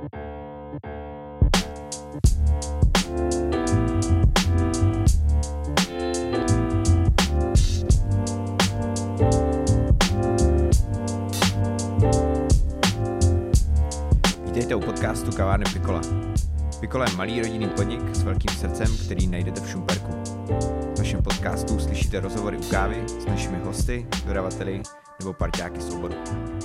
Vítejte u podcastu Kavárny Pikola. Pikola je malý rodinný podnik s velkým srdcem, který najdete v Šumperku. V našem podcastu slyšíte rozhovory u kávy s našimi hosty, dodavateli nebo parťáky z oboru.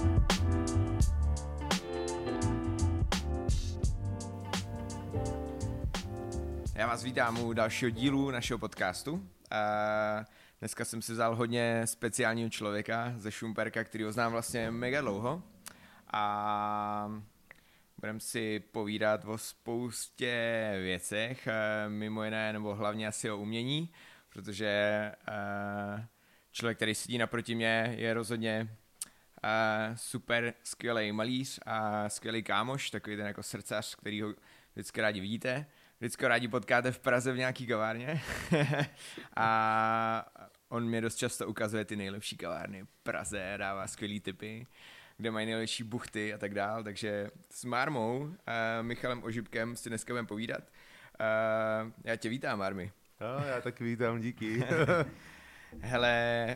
Já vás vítám u dalšího dílu našeho podcastu. Dneska jsem si vzal hodně speciálního člověka ze Šumperka, který ho znám vlastně mega dlouho. A budeme si povídat o spoustě věcech, mimo jiné, nebo hlavně asi o umění, protože člověk, který sedí naproti mě, je rozhodně super skvělý malíř a skvělý kámoš, takový ten jako srdcař, který ho vždycky rádi vidíte. Vždycky ho rádi potkáte v Praze v nějaký kavárně a on mě dost často ukazuje ty nejlepší kavárny v Praze, dává skvělý tipy, kde mají nejlepší buchty a tak dál, takže s Marmou, Michalem Ožibkem si dneska budeme povídat. Já tě vítám, Marmi. Já taky vítám, díky. Hele,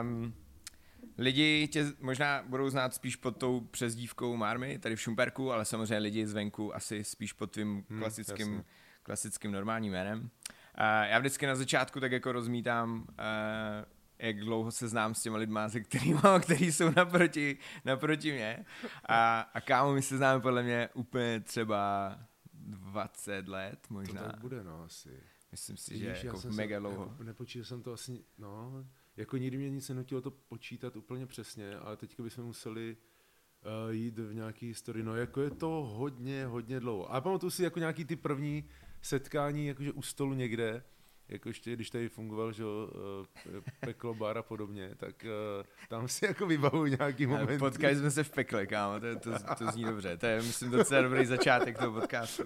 lidi tě možná budou znát spíš pod tou přezdívkou Marmi, tady v Šumperku, ale samozřejmě lidi zvenku asi spíš pod tvým klasickým normálním jménem. Já vždycky na začátku tak jako rozmítám, jak dlouho se znám s těma lidma, který jsou naproti mě. A kámo, my se známe podle mě úplně třeba 20 let možná. To tak bude, no, asi. Myslím si, že jako mega dlouho. Nepočítal jsem to asi, no, jako nikdy mě nic nenutilo to počítat úplně přesně, ale teďka bychom museli jít v nějaký historii, no jako je to hodně dlouho. A pamatuju si jako nějaký ty první setkání, jakože u stolu někde, jako ještě, když tady fungoval, že peklo, bar a podobně, tak tam si jako vybavuji nějaký moment. Potkali jsme se v pekle, kámo, to zní dobře, to je, myslím, docela dobrý začátek toho podcastu.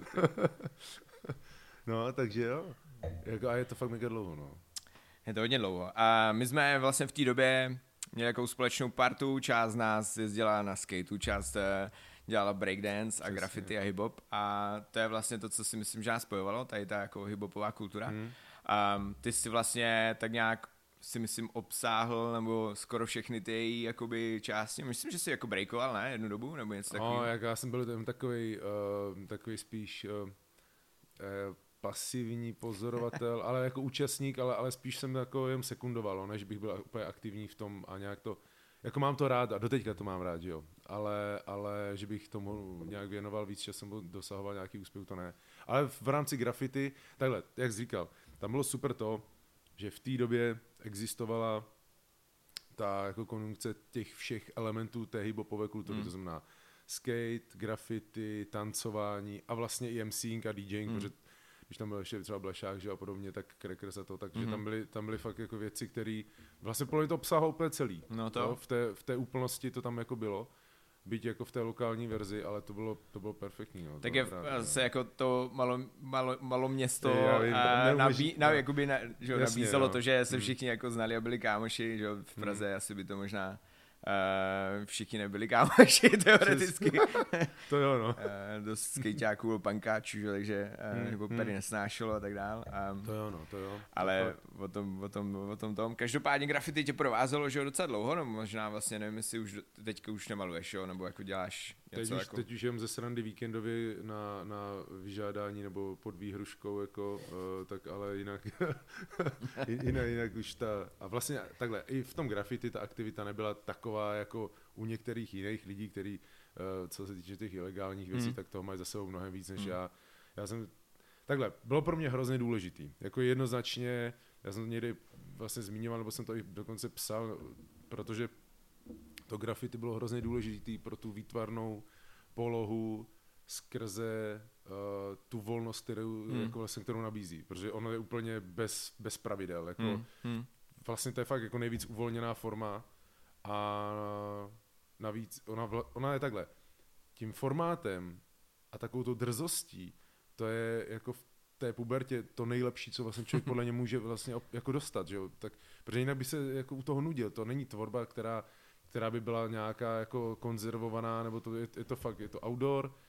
No, takže jo, jako, a je to fakt mega dlouho, no. Je to hodně dlouho. A my jsme vlastně v té době měli jakou společnou partu, část z nás jezdila na skateu, část dělala breakdance a graffiti a hip-hop a to je vlastně to, co si myslím, že nás spojovalo, tady ta jako hip-hopová kultura. Ty jsi vlastně tak nějak si myslím obsáhl, nebo skoro všechny ty jakoby části. Myslím, že jsi jako breakoval, ne? Jednu dobu, nebo něco takového? No, jak já jsem byl tam takový spíš pasivní pozorovatel, ale jako účastník, ale spíš jsem jako jen sekundoval, než bych byl úplně aktivní v tom a nějak to, jako mám to rád a doteďka to mám rád, že jo, ale že bych tomu nějak věnoval víc času, dosahoval nějaký úspěch, to ne. Ale v rámci graffiti, takhle, jak jsi říkal, tam bylo super to, že v té době existovala ta jako konjunkce těch všech elementů té hip-hopové kultury, to znamená skate, graffiti, tancování a vlastně i MCing a DJing, protože když tam byl ještě třeba Blešák, že a podobně, tak Crackers a to, takže tam byly fakt jako věci, které vlastně podle mě to obsahovalo úplně celý. No to. V té úplnosti to tam jako bylo. Byť jako v té lokální verzi, ale to bylo perfektní. No, tak je se jako to malo město nabízelo to, že se všichni jako znali a byli kámoši, že v Praze asi by to možná všichni nebyli kámoši teoreticky. To jo, no. Dost skejťáků, pankáčů, že, takže nebo tady nesnášelo a tak dál. To jo. Ale o tom. Každopádně graffiti tě provázelo, že jo, docela dlouho, no možná vlastně nevím, jestli už teďka už nemaluješ, jo, nebo jako děláš něco jako... Teď už jem ze srandy víkendově na vyžádání nebo pod výhruškou, jako, tak ale jinak už ta... A vlastně takhle, i v tom graffiti ta aktivita nebyla taková jako u některých jiných lidí, kteří, co se týče těch ilegálních věcí, tak toho mají za sebou mnohem víc než já. Já jsem... Takhle, bylo pro mě hrozně důležitý. Jako jednoznačně, já jsem to někdy vlastně zmiňoval, nebo jsem to i dokonce psal, protože to graffiti bylo hrozně důležitý pro tu výtvarnou polohu skrze tu volnost, jako vlastně, kterou nabízí. Protože ono je úplně bez pravidel. Jako, vlastně to je fakt jako nejvíc uvolněná forma a navíc ona je takhle. Tím formátem a takovou tou drzostí to je jako v té pubertě to nejlepší, co vlastně člověk podle něj může vlastně jako dostat, že jo? Tak, protože jinak by se jako u toho nudil. To není tvorba, která by byla nějaká jako konzervovaná, nebo to je to fakt, je to outdoor,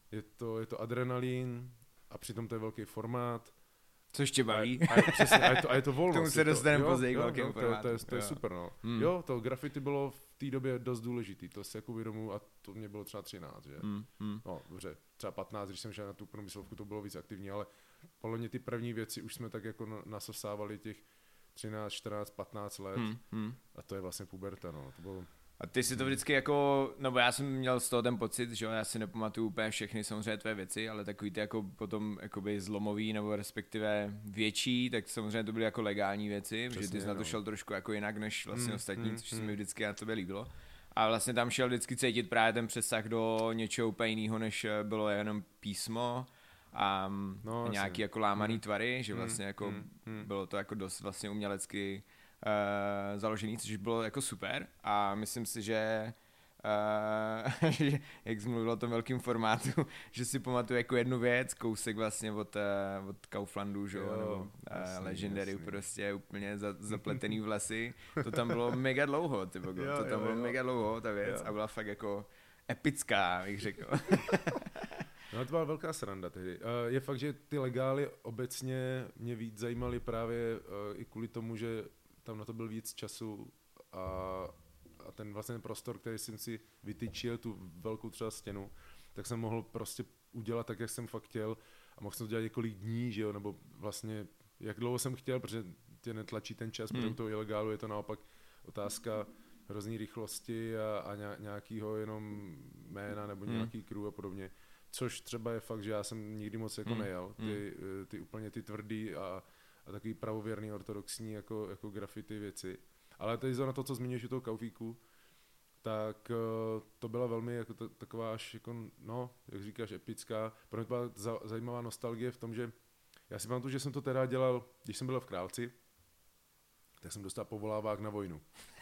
je to adrenalin a přitom to je velký formát. Což tě baví. A je to volnost. Tomu se dostaneme později k velkým formátu. To je super, no. Jo, to graffiti bylo v té době dost důležitý, to si jako uvědomuji a to mě bylo třeba 13, že? No, dobře, třeba 15, když jsem šel na tu průmyslovku, to bylo víc aktivní, ale podle mě ty první věci už jsme tak jako nasosávali těch 13, 14, 15 let a to je vlastně puberta, no. To bylo... A ty si to vždycky jako, no bo já jsem měl z toho ten pocit, že já si nepamatuju úplně všechny samozřejmě tvé věci, ale takový ty jako potom jakoby zlomový nebo respektive větší, tak samozřejmě to byly jako legální věci, protože ty jsi na to šel trošku jako jinak než vlastně ostatní, což se mi vždycky na tobě líbilo. A vlastně tam šel vždycky cítit právě ten přesah do něčeho úplně jiného, než bylo jenom písmo a nějaký jako lámaný tvary, že vlastně jako bylo to jako dost vlastně umělecky založený, což bylo jako super a myslím si, že jak jsi mluvil o tom velkým formátu, že si pamatuju jako jednu věc, kousek vlastně od Kauflandu, že jo, nebo Legendary, prostě úplně zapletený vlasy, to tam bylo mega dlouho, to tam bylo mega dlouho ta věc a byla fakt jako epická, bych řekl. No to byla velká sranda tehdy. Je fakt, že ty legály obecně mě víc zajímaly právě i kvůli tomu, že tam na to byl víc času a ten vlastně prostor, který jsem si vytyčil, tu velkou třeba stěnu, tak jsem mohl prostě udělat tak, jak jsem fakt chtěl a mohl jsem to dělat několik dní, že jo, nebo vlastně jak dlouho jsem chtěl, protože tě netlačí ten čas, protože u toho ilegálu je to naopak otázka hrozný rychlosti a nějakýho jenom jména nebo nějaký crew a podobně, což třeba je fakt, že já jsem nikdy moc jako nejel, ty úplně ty tvrdý a takový pravověrný, ortodoxní jako graffiti věci. Ale teď na to, co zmiňuješ u toho Kaufíku, tak to byla velmi jako taková až jako, no, jak říkáš, epická. Pro mě byla zajímavá nostalgie v tom, že já si pamatuju, že jsem to teda dělal, když jsem byl v Králci, tak jsem dostal povolávák na vojnu.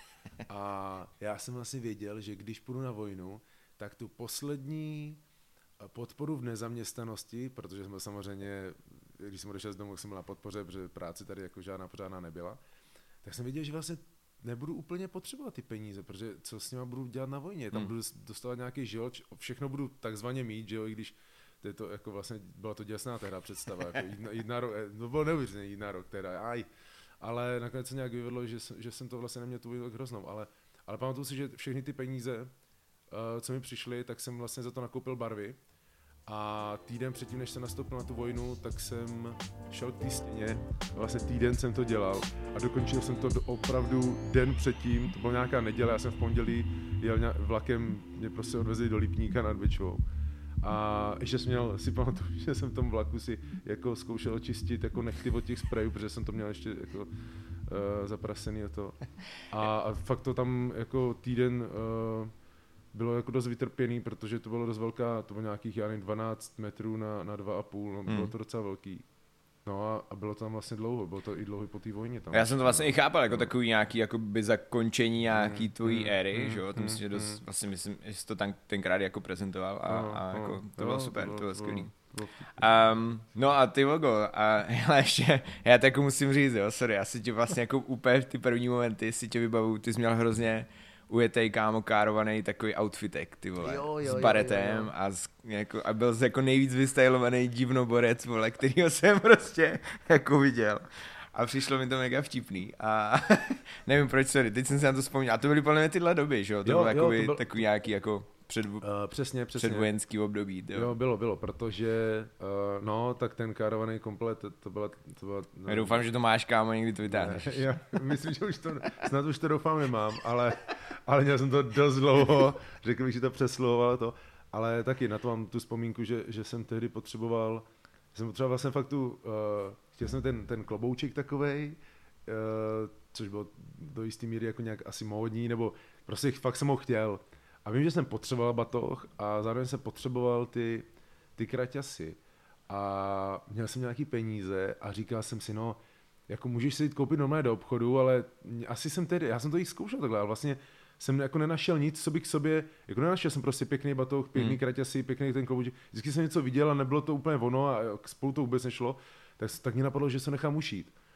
A já jsem vlastně věděl, že když půjdu na vojnu, tak tu poslední podporu v nezaměstnanosti, protože jsme samozřejmě, když jsem odešel z domu, jsem byl na podpoře, protože práce tady jako žádná pořádná nebyla, tak jsem věděl, že vlastně nebudu úplně potřebovat ty peníze, protože co s nima budu dělat na vojně, tam budu dostávat nějaký život, všechno budu takzvaně mít, že jo, i když to jako vlastně byla to děsná tehda představa, jako jít na rok, no bylo neuvěřitelné jít na rok teda, ale nakonec se nějak vyvedlo, že jsem to vlastně neměl tu vojnu hroznou, ale pamatuju si, že všechny ty peníze, co mi přišly, tak jsem vlastně za to nakoupil barvy. A týden předtím, než jsem nastoupil na tu vojnu, tak jsem šel k té stěně, vlastně týden jsem to dělal a dokončil jsem to opravdu den předtím, to byla nějaká neděle, já jsem v pondělí jel vlakem, mě prostě odvezli do Lipníka nad Bečvou. A ještě jsem měl, si pamatuju, že jsem v tom vlaku si jako zkoušel čistit jako nechty od těch sprejů, protože jsem to měl ještě jako zaprasený o to. A fakt to tam jako týden bylo jako dost vytrpěný, protože to bylo dost velká, to bylo nějakých, já nevím, 12 metrů na 2,5, no, bylo to docela velký. No a bylo to tam vlastně dlouho, bylo to i dlouho po té vojně. Tam já jsem to vlastně i chápal jako takový nějaký jakoby zakončení nějaký tvojí éry, že jo, to myslím, že dost, vlastně myslím, že jsi to tenkrát jako prezentoval a jako to bylo super, to bylo skvělý. No a ty Vogo, a ještě, já tak musím říct, jo, sorry, já si tě vlastně jako úplně v ty první momenty si tě vybavu, ty jsi měl hrozně ujetej, kámo, károvaný takový outfitek, ty vole, s baretem a byl jsi jako nejvíc vystylovaný divnoborec, vole, kterýho jsem prostě jako viděl. A přišlo mi to mega vtipný a nevím proč, sorry, teď jsem si na to vzpomněl. A to byly podle mě tyhle doby, že jo? To bylo jakoby takový nějaký jako přesně. předvojenský období. Jo, bylo, protože no, tak ten károvaný komplet, to byla Já doufám, že to máš, kámo, někdy to vytáhneš. Já myslím, že snad už to doufám nemám, ale měl jsem to dost dlouho, řekl bych, že to přesluhovalo to, ale taky na to mám tu vzpomínku, že jsem tehdy potřeboval vlastně fakt chtěl jsem ten klobouček takovej, což bylo do jistý míry jako nějak asi módní, nebo prostě fakt jsem ho chtěl. A vím, že jsem potřeboval batoh a zároveň jsem potřeboval ty kraťasy. A měl jsem nějaký peníze a říkal jsem si, no, jako můžeš si jít koupit normálně do obchodu, ale asi já jsem to jich zkoušel takhle, ale vlastně jsem jako nenašel nic, co bych k sobě, jako nenašel jsem prostě pěkný batoh, pěkný kraťasy, pěkný ten klobouček. Vždycky jsem něco viděl a nebylo to úplně ono a spolu to vůbec nešlo, tak mě napadlo, že se nechám ušít.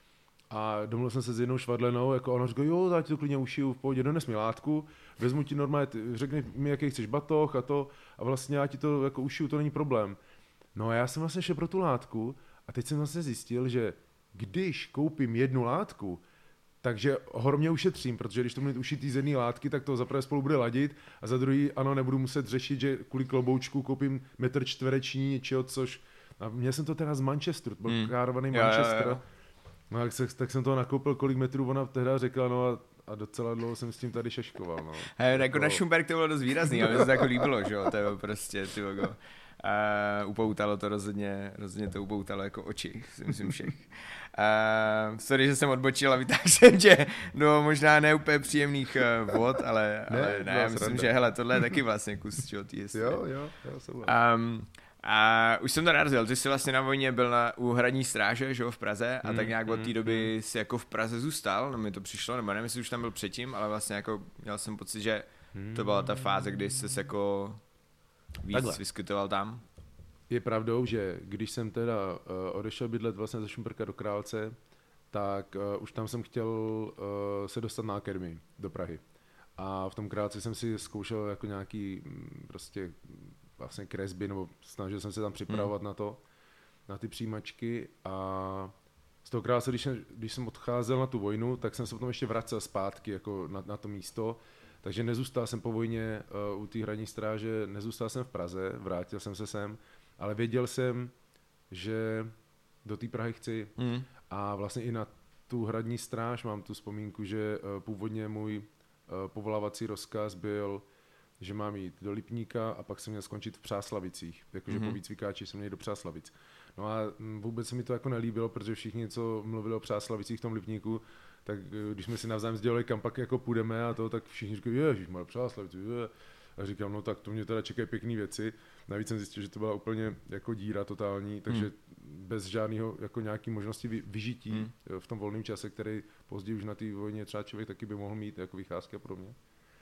A domluvil jsem se s jednou švadlenou, jako ona říká, jo, já ti to klidně ušiju v pohodě, dones mi látku, vezmu ti normálně, řekni mi, jaký chceš batoh a to, a vlastně já ti to jako ušiju, to není problém. No a já jsem vlastně šel pro tu látku a teď jsem vlastně zjistil, že když koupím jednu látku, takže ohromně ušetřím, protože když to budu ušitý z jedné látky, tak to za prvé spolu bude ladit a za druhý, ano, nebudu muset řešit, že kvůli kloboučku koupím metr čtvereční něčeho, což... A měl jsem to teda z Manchesteru, to byl károvaný Manchester. Jo. No tak jsem toho nakoupil, kolik metrů ona tehda řekla, no a docela dlouho jsem s tím tady šaškoval, no. Hej, jako na Šumperk to bylo dost výrazný, a mi se to jako líbilo, že jo, to je prostě, ty vogo. Upoutalo to rozhodně to upoutalo jako oči, si myslím všech. Sorry, že jsem odbočil a vytáhl jsem tě do možná ne úplně příjemných vod, ale ne, myslím, že hele, tohle je taky vlastně kus, čeho ty jestli. Jo, souhlas. A už jsem to narazil, ty jsi vlastně na vojně byl u hradní stráže, že jo, v Praze a tak nějak od té doby si jako v Praze zůstal, no mi to přišlo, nebo nevím, jestli už tam byl předtím, ale vlastně jako měl jsem pocit, že to byla ta fáze, kdy jsi jako víc vyskytoval tam. Je pravdou, že když jsem teda odešel bydlet vlastně ze Šumperka do Králce, tak už tam jsem chtěl se dostat na akademii do Prahy. A v tom Králci jsem si zkoušel jako nějaký prostě vlastně kresby, nebo snažil jsem se tam připravovat na ty přijímačky a z toho Králce, když jsem odcházel na tu vojnu, tak jsem se potom ještě vracel zpátky jako na to místo, takže nezůstal jsem po vojně u té hradní stráže, nezůstal jsem v Praze, vrátil jsem se sem, ale věděl jsem, že do té Prahy chci a vlastně i na tu hradní stráž mám tu vzpomínku, že původně můj povolávací rozkaz byl, že mám jít do Lipníka a pak jsem měl skončit v Přáslavicích, jakože po výcvikáči jsem měl jít do Přáslavic. No a vůbec se mi to jako nelíbilo, protože všichni, co mluvili o Přáslavicích v tom Lipníku, tak když jsme si navzájem sdělili, kam pak jako půjdeme a to, tak všichni říkají, ježišmar, Přáslavice, a říkám, no tak to mě teda čekají pěkné věci. Navíc jsem zjistil, že to byla úplně jako díra totální, takže bez žádného jako nějaký možnosti vyžití v tom volném čase, který později už na té vojně třeba člověk taky by mohl mít jako vycházky a podobně.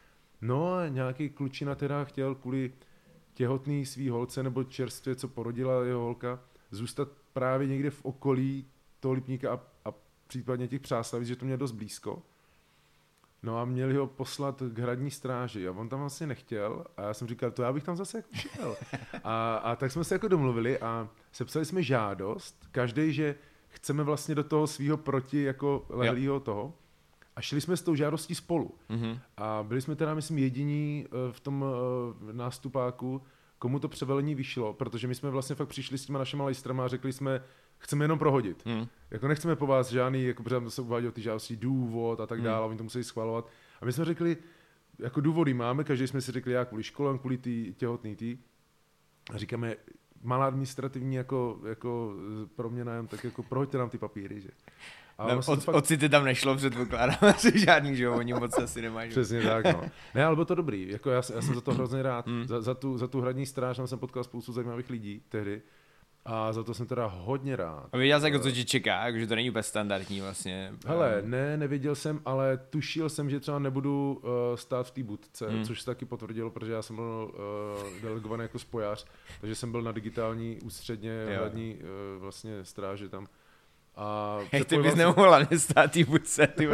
No a nějaký klučina teda chtěl kvůli těhotný svý holce nebo čerstvě, co porodila jeho holka, zůstat právě někde v okolí toho Lipníka a případně těch Přáslavic, že to mě dost blízko. No a měli ho poslat k hradní stráži a on tam vlastně nechtěl a já jsem říkal, to já bych tam zase jako šel. A tak jsme se jako domluvili a sepsali jsme žádost, každý, že chceme vlastně do toho svého proti jako lehlýho toho a šli jsme s tou žádostí spolu. A byli jsme teda, myslím, jediní v tom nástupáku, komu to převelení vyšlo, protože my jsme vlastně fakt přišli s těma našima lejstrama a řekli jsme, chceme jenom prohodit. Jako nechceme po vás žádný, jako protože tam se uváděl ty žádosti, důvod a tak dále, oni to museli schvalovat. A my jsme řekli, jako důvody máme, každý jsme si řekli, já kvůli školám, kvůli ty těhotný tý. A říkáme, malá administrativní jako proměna, tak jako prohoďte nám ty papíry, že. No, ocity tam nešlo, předpokládám, asi žádný, že oni moc asi nemají. Přesně tak, no. Ne, ale bylo to dobrý, jako já jsem za to hrozně rád. Za tu hradní stráž jsem potkal spoustu zajímavých lidí tehdy a za to jsem teda hodně rád. A věděl jsi, jako co ti čeká, jako, že to není úplně standardní vlastně. Hele, nevěděl jsem, ale tušil jsem, že třeba nebudu stát v té budce, což se taky potvrdilo, protože já jsem byl delegovaný jako spojař, takže jsem byl na digitální ústředně hradní vlastně stráži tam. A ty bys nemohla nestát tý budce, ty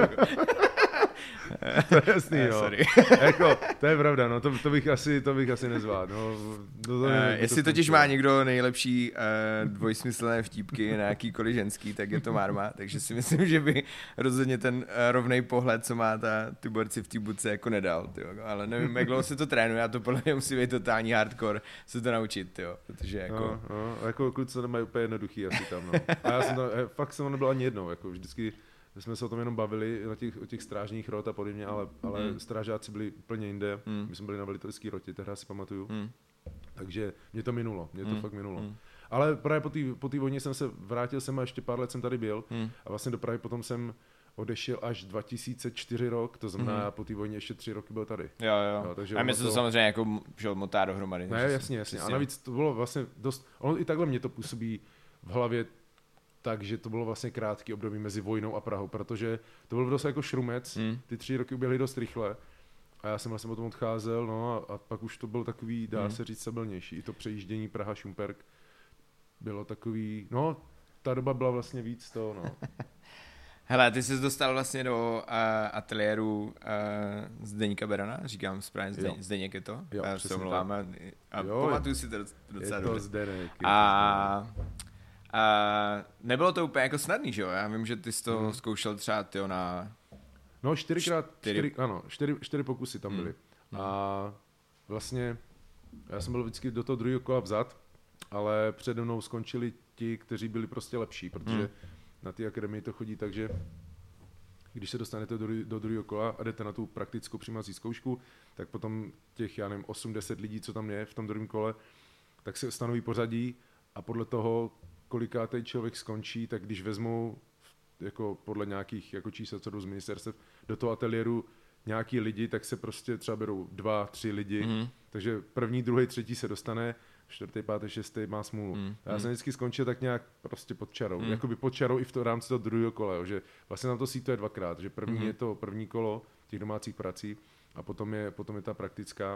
To je jasný, no. Sorry. Jako, to je pravda, no, to bych asi nezvládl. No, jestli totiž má někdo nejlepší dvojsmyslné vtípky na jakýkoliv ženský, tak je to Marma, takže si myslím, že by rozhodně ten rovnej pohled, co má ty borci v té budce, jako nedal, tyjo. Ale nevím, jak dlouho se to trénuje, já to podle mě musí být totální hardcore se to naučit, tyjo, protože jako... No, jako kluci to nemají úplně jednoduchý asi tam, no. A já jsem fakt jsem to nebyl ani jednou, jako vždycky jsme se o tom jenom bavili o těch strážních rot a podobně, ale strážáci byli úplně jinde. My jsme byli na velitelský rotě, tehdy si pamatuju. Takže mě to fakt minulo. Ale právě po té vojně jsem se vrátil a ještě pár let jsem tady byl a vlastně do Prahy potom jsem odešel až 2004 rok, to znamená po té vojně ještě 3 roky byl tady. Jo, takže a my se to samozřejmě jako motá dohromady. Ne, jasně. A navíc to bylo vlastně dost, ono i takhle mě to působí v hlavě, takže to bylo vlastně krátký období mezi vojnou a Prahou, protože to byl dost jako šrumec, ty 3 roky uběhly dost rychle a já jsem vlastně potom odcházel, no a pak už to bylo takový, dá se říct, stabilnější. I to přejíždění Praha-Šumperk bylo takový, no ta doba byla vlastně víc to, no. Hele, ty jsi dostal vlastně do ateliéru Zdeňka Berana, říkám správně, Zdeněk je to? Jo, se omlouváme. A jo, pamatuju si to docela dobře. Je to Zdeněk. A nebylo to úplně jako snadný, že jo? Já vím, že ty jsi to zkoušel třeba na... No, 4 pokusy tam byly. A vlastně já jsem byl vždycky do toho druhého kola vzat, ale přede mnou skončili ti, kteří byli prostě lepší, protože na té akademii to chodí tak, že když se dostanete do druhého kola a jdete na tu praktickou přijímací zkoušku, tak potom těch, 8-10 lidí, co tam je v tom druhém kole, tak se stanoví pořadí a podle toho, kolikátej člověk skončí, tak když vezmou jako podle nějakých jako čísel, co jdou z ministerstev, do toho ateliéru nějaký lidi, tak se prostě třeba berou 2-3 lidi, takže první, druhý, třetí se dostane, 4., 5., 6. má smůlu. Já jsem vždycky skončil tak nějak prostě pod čarou, jakoby pod čarou i v rámci toho druhého kola, že vlastně nám to sítuje dvakrát, že první je to první kolo těch domácích prací a potom je ta praktická,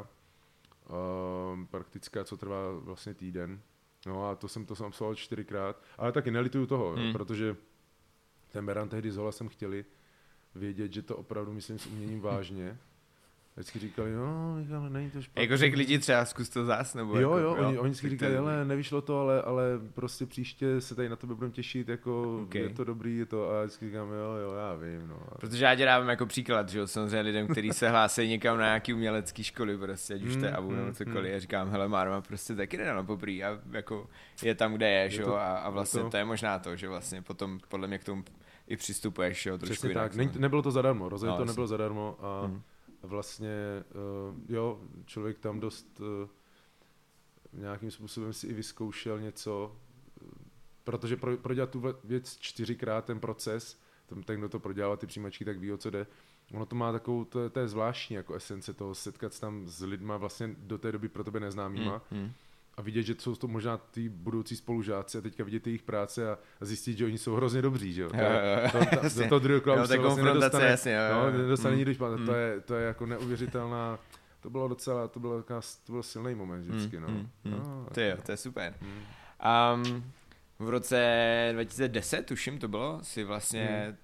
co trvá vlastně týden. No a to jsem absolvoval 4krát, ale taky nelituju toho, protože ten Beran tehdy s Holasem chtěli vědět, že to opravdu myslím s uměním vážně. Vždycky říkali, no, ale není to špatné. Jako řekli ti třeba, zkus to zás, nebo jo, oni vždycky říkali, ale nevyšlo to, ale prostě příště se tady na tebe budeme těšit, jako je to dobrý, je to, a vždycky říkám, jo, já vím, no. Protože já tě dávám jako příklad, že jo, samozřejmě lidem, kteří se hlásí někam na nějaký umělecký školy, prostě, ať už to je ABU nebo cokoliv, a říkám, hele, Márma prostě taky jde na poprý a jako je tam, kde je, že jo, a vlastně to je možná to, že vlastně potom podle mě k tomu i přistupuješ, jo, trošku přesně jinak. Tak, nebylo to zadarmo, rozhodně to nebylo zadarmo a vlastně, jo, člověk tam dost nějakým způsobem si i vyzkoušel něco, protože prodělat tu věc 4krát ten proces, ten, kdo to prodělává ty přijímačky, tak ví, o co jde. Ono to má takovou, to je zvláštní jako esence toho, setkat se tam s lidma vlastně do té doby pro tebe neznámýma a vidět, že jsou to možná ty budoucí spolužáci a teďka vidět jejich práce a zjistit, že oni jsou hrozně dobří, že jo. Do toho druhého kola už se vlastně nedostane nikdo špatný. To je jako neuvěřitelná, to byl silný moment vždycky, no. To je super. V roce 2010, tuším to bylo, si vlastně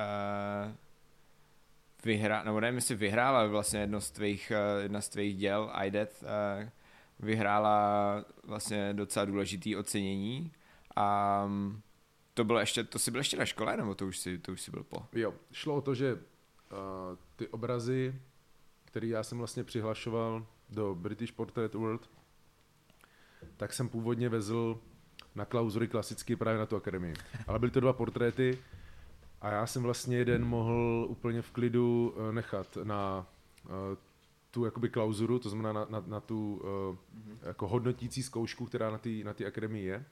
vyhrál, ale vlastně jedna z tvých děl, iDeath, vyhrála vlastně docela důležitý ocenění a to jsi byl ještě na škole, nebo to už jsi byl po? Jo, šlo o to, že ty obrazy, které já jsem vlastně přihlašoval do British Portrait Award, tak jsem původně vezl na klauzury klasicky právě na tu akademii. Ale byly to 2 portréty a já jsem vlastně jeden mohl úplně v klidu nechat na tu jakoby klauzuru, to znamená na tu jako hodnotící zkoušku, která na té akademii je.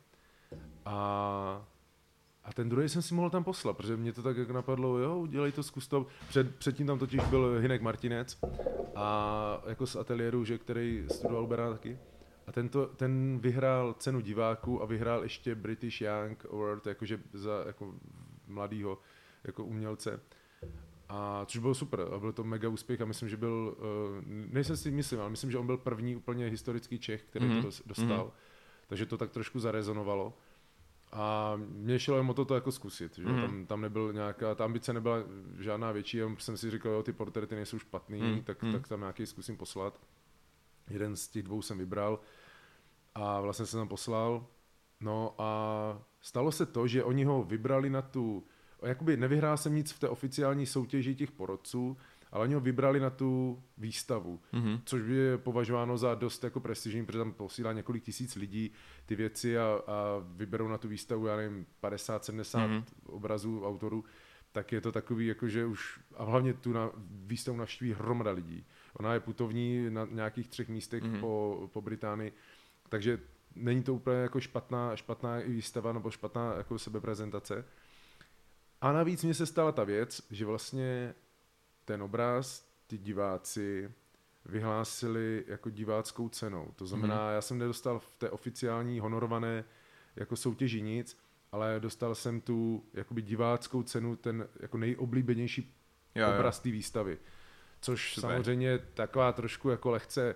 A ten druhý jsem si mohl tam poslat, protože mě to tak jako napadlo, jo, udělej to, zkus to. Předtím tam totiž byl Hynek Martinec a jako z ateliéru, že, který studoval Berana taky. A ten vyhrál cenu diváků a vyhrál ještě British Young Award, jakože za jako mladýho jako umělce. A což bylo super a byl to mega úspěch a myslím, že byl, nejsem si myslím, ale myslím, že on byl první úplně historický Čech, který to dostal. Takže to tak trošku zarezonovalo. A mě šlo jen o to jako zkusit, že tam nebyl nějaká, ta ambice nebyla žádná větší, já jsem si říkal, jo, ty portréty nejsou špatný, tak tam nějaký zkusím poslat. Jeden z těch 2 jsem vybral a vlastně jsem tam poslal. No a stalo se to, že oni ho vybrali na tu, jakoby nevyhrál jsem nic v té oficiální soutěži těch porotců, ale oni ho vybrali na tu výstavu, což je považováno za dost jako prestižní, protože tam posílá několik tisíc lidí ty věci a vyberou na tu výstavu, já nevím, 50-70 obrazů autorů, tak je to takový, jakože už, a hlavně tu výstavu navštíví hromada lidí. Ona je putovní na nějakých 3 místech po Británii, takže není to úplně jako špatná výstava nebo špatná jako sebeprezentace. A navíc mně se stala ta věc, že vlastně ten obraz ty diváci vyhlásili jako diváckou cenou. To znamená, já jsem nedostal v té oficiální honorované jako soutěži nic, ale dostal jsem tu jakoby diváckou cenu, ten jako nejoblíbenější obraz té výstavy. Což super. Samozřejmě taková trošku jako lehce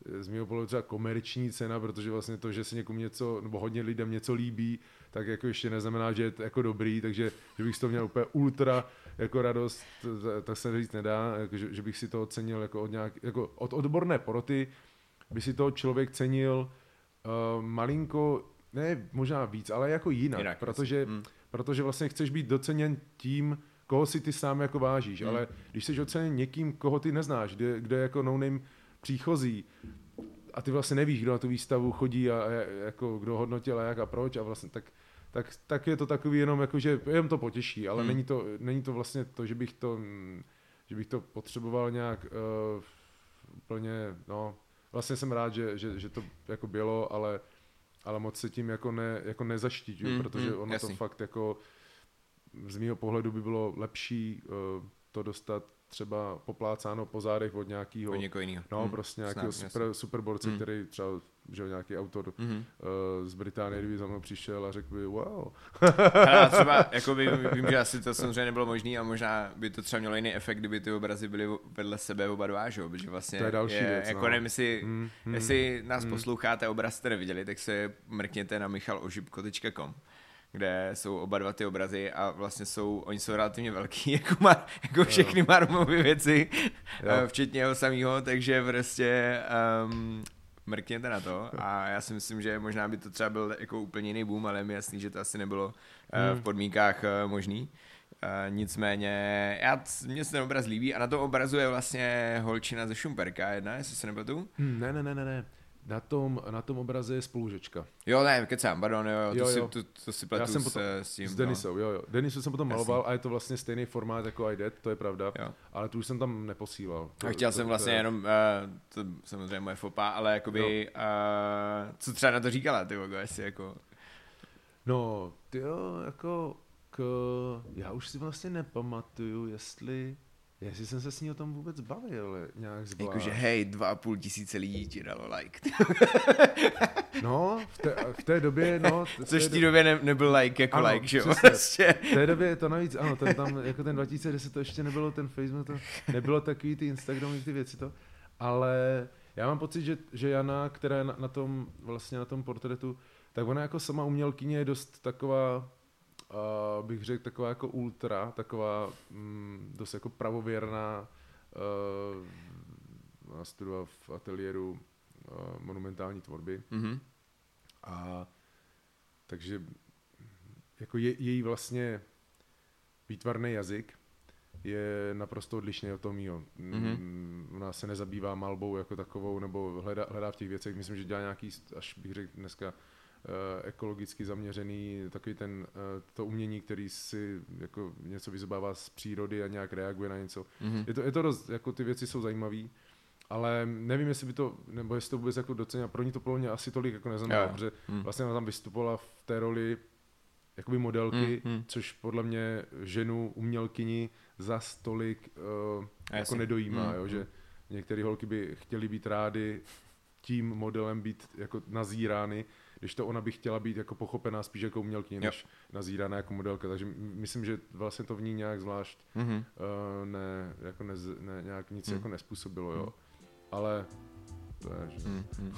z mého pohledu třeba komerční cena, protože vlastně to, že se někomu něco, nebo hodně lidem něco líbí, tak jako ještě neznamená, že je to jako dobrý, takže že bych z toho měl úplně ultra jako radost, tak se říct nedá, jako, že bych si to ocenil jako od odborné poroty, by si to člověk cenil malinko, ne možná víc, ale jako jinak protože vlastně chceš být doceněn tím, koho si ty sám jako vážíš, ale když jsi oceněn někým, koho ty neznáš, kde jako no-name příchozí a ty vlastně nevíš, kdo na tu výstavu chodí a jako kdo hodnotil a jak a proč a vlastně tak je to takový jenom jako, že jen to potěší, ale není to vlastně to, že bych to potřeboval nějak úplně, no, vlastně jsem rád, že to jako bylo, ale moc se tím jako nezaštiťuji, protože ono jasný. To fakt jako z mýho pohledu by bylo lepší to dostat třeba poplácáno po zádech od nějakého, no prostě nějakého superborce, který třeba, že nějaký autor z Británie, kdyby za mnou přišel a řekl by wow. Ale třeba, jako vím, že asi to samozřejmě nebylo možné a možná by to třeba mělo jiný efekt, kdyby ty obrazy byly vedle sebe oba dva, že? Protože vlastně to je další věc, jako nevím, jestli nás posloucháte, obraz jste neviděli, tak se mrkněte na michaložibko.com, kde jsou oba dva ty obrazy a vlastně oni jsou relativně velký, jako všechny Marmovy věci, včetně jeho samého, takže prostě mrkněte na to a já si myslím, že možná by to třeba byl jako úplně jiný boom, ale je mi jasný, že to asi nebylo v podmínkách možný. Nicméně, mně se ten obraz líbí a na tom obrazu je vlastně holčina ze Šumperka jedna, jestli se nepletu? Ne. Na tom obraze je spolužečka. Jo, ne, kecám, pardon, to si pletu s tím. S Denisou, jo. Denisu jsem potom maloval a je to vlastně stejný formát jako iDead, to je pravda, ale tu už jsem tam neposílal. A chtěl jsem vlastně jenom, to samozřejmě moje fopa, ale jakoby, co třeba na to říkala, ty vogo, jestli jako... No, tyjo, jako, já už si vlastně nepamatuju, jestli jsem se s ní o tom vůbec bavil nějak zvlášť. Jakože hej, 2,5 lidí ti dalo like. No, v té době, no. Což v té době nebyl like jako ano, like, že jo? V té době to navíc, ano, tam jako ten 2010 to ještě nebylo, ten Facebook, to nebylo takový ty Instagramy, ty věci to, ale já mám pocit, že Jana, která je na tom portrétu, tak ona jako sama umělkyně je dost taková, bych řekl, taková jako ultra, taková dost jako pravověrná, studovala v ateliéru monumentální tvorby. A takže jako její vlastně výtvarný jazyk je naprosto odlišný od toho mýho. Ona se nezabývá malbou jako takovou, nebo hledá v těch věcech, myslím, že dělá nějaký, až bych řekl dneska, ekologicky zaměřený, takový to umění, který si jako něco vyzobává z přírody a nějak reaguje na něco. Je to dost, jako ty věci jsou zajímavý, ale nevím, jestli to vůbec jako docenila. Pro ní to podle mě asi tolik jako neznamená, protože vlastně ona tam vystupovala v té roli jakoby modelky, což podle mě ženu umělkyni za tolik jako nedojímá, že některé holky by chtěly být rády tím modelem být jako nazírány, když to ona by chtěla být jako pochopená spíš jako umělkyně, než nazíraná jako modelka, takže myslím, že vlastně to v ní nějak zvlášť nějak nic jako nespůsobilo, jo. Ale to je, že...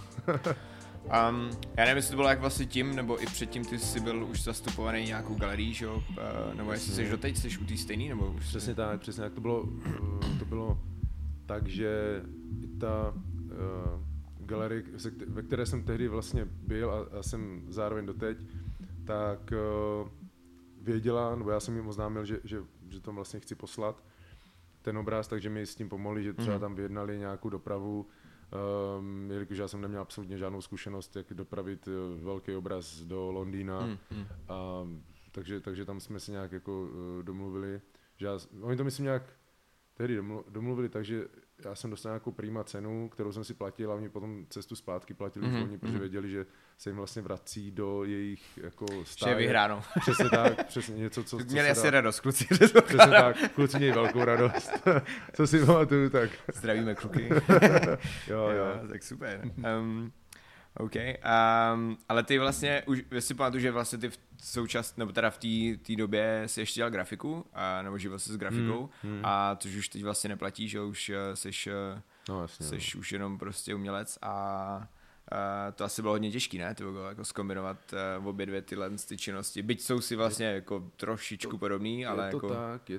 Já nevím, jestli to bylo jak vlastně tím, nebo i předtím ty jsi byl už zastupovaný nějakou galerii, že jo? Nebo jestli jsi doteď, jsi u té stejný, nebo už... Přesně tak, to bylo tak, že ta galerie, ve které jsem tehdy vlastně byl a jsem zároveň doteď, tak věděla, nebo já jsem jim oznámil, že to vlastně chci poslat, ten obraz, takže mi s tím pomohli, že třeba tam vyjednali nějakou dopravu, jelikož já jsem neměl absolutně žádnou zkušenost, jak dopravit velký obraz do Londýna, takže tam jsme si nějak jako domluvili, že oni to myslím nějak tehdy domluvili, takže já jsem dostal nějakou prima cenu, kterou jsem si platil a oni potom cestu zpátky platili už oni, protože věděli, že se jim vlastně vrací do jejich jako stáje. Vše je vyhráno. Přesně tak, přesně něco, co měli asi radost, kluci. Přesně tak, kluci měli velkou radost. Co si pamatuju, tak. Zdravíme kluky. jo, tak super. OK, ale ty vlastně, už si pamatuju, že vlastně ty nebo teda v té době jsi ještě dělal grafiku, nebo živil se s grafikou, a což už teď vlastně neplatí, že už jsi No jasně. Jsi už jenom prostě umělec a to asi bylo hodně těžký, ne? To bylo jako zkombinovat obě dvě tyhle ty činnosti. Byť jsou si vlastně jako trošičku podobný, ale je to jako... tak,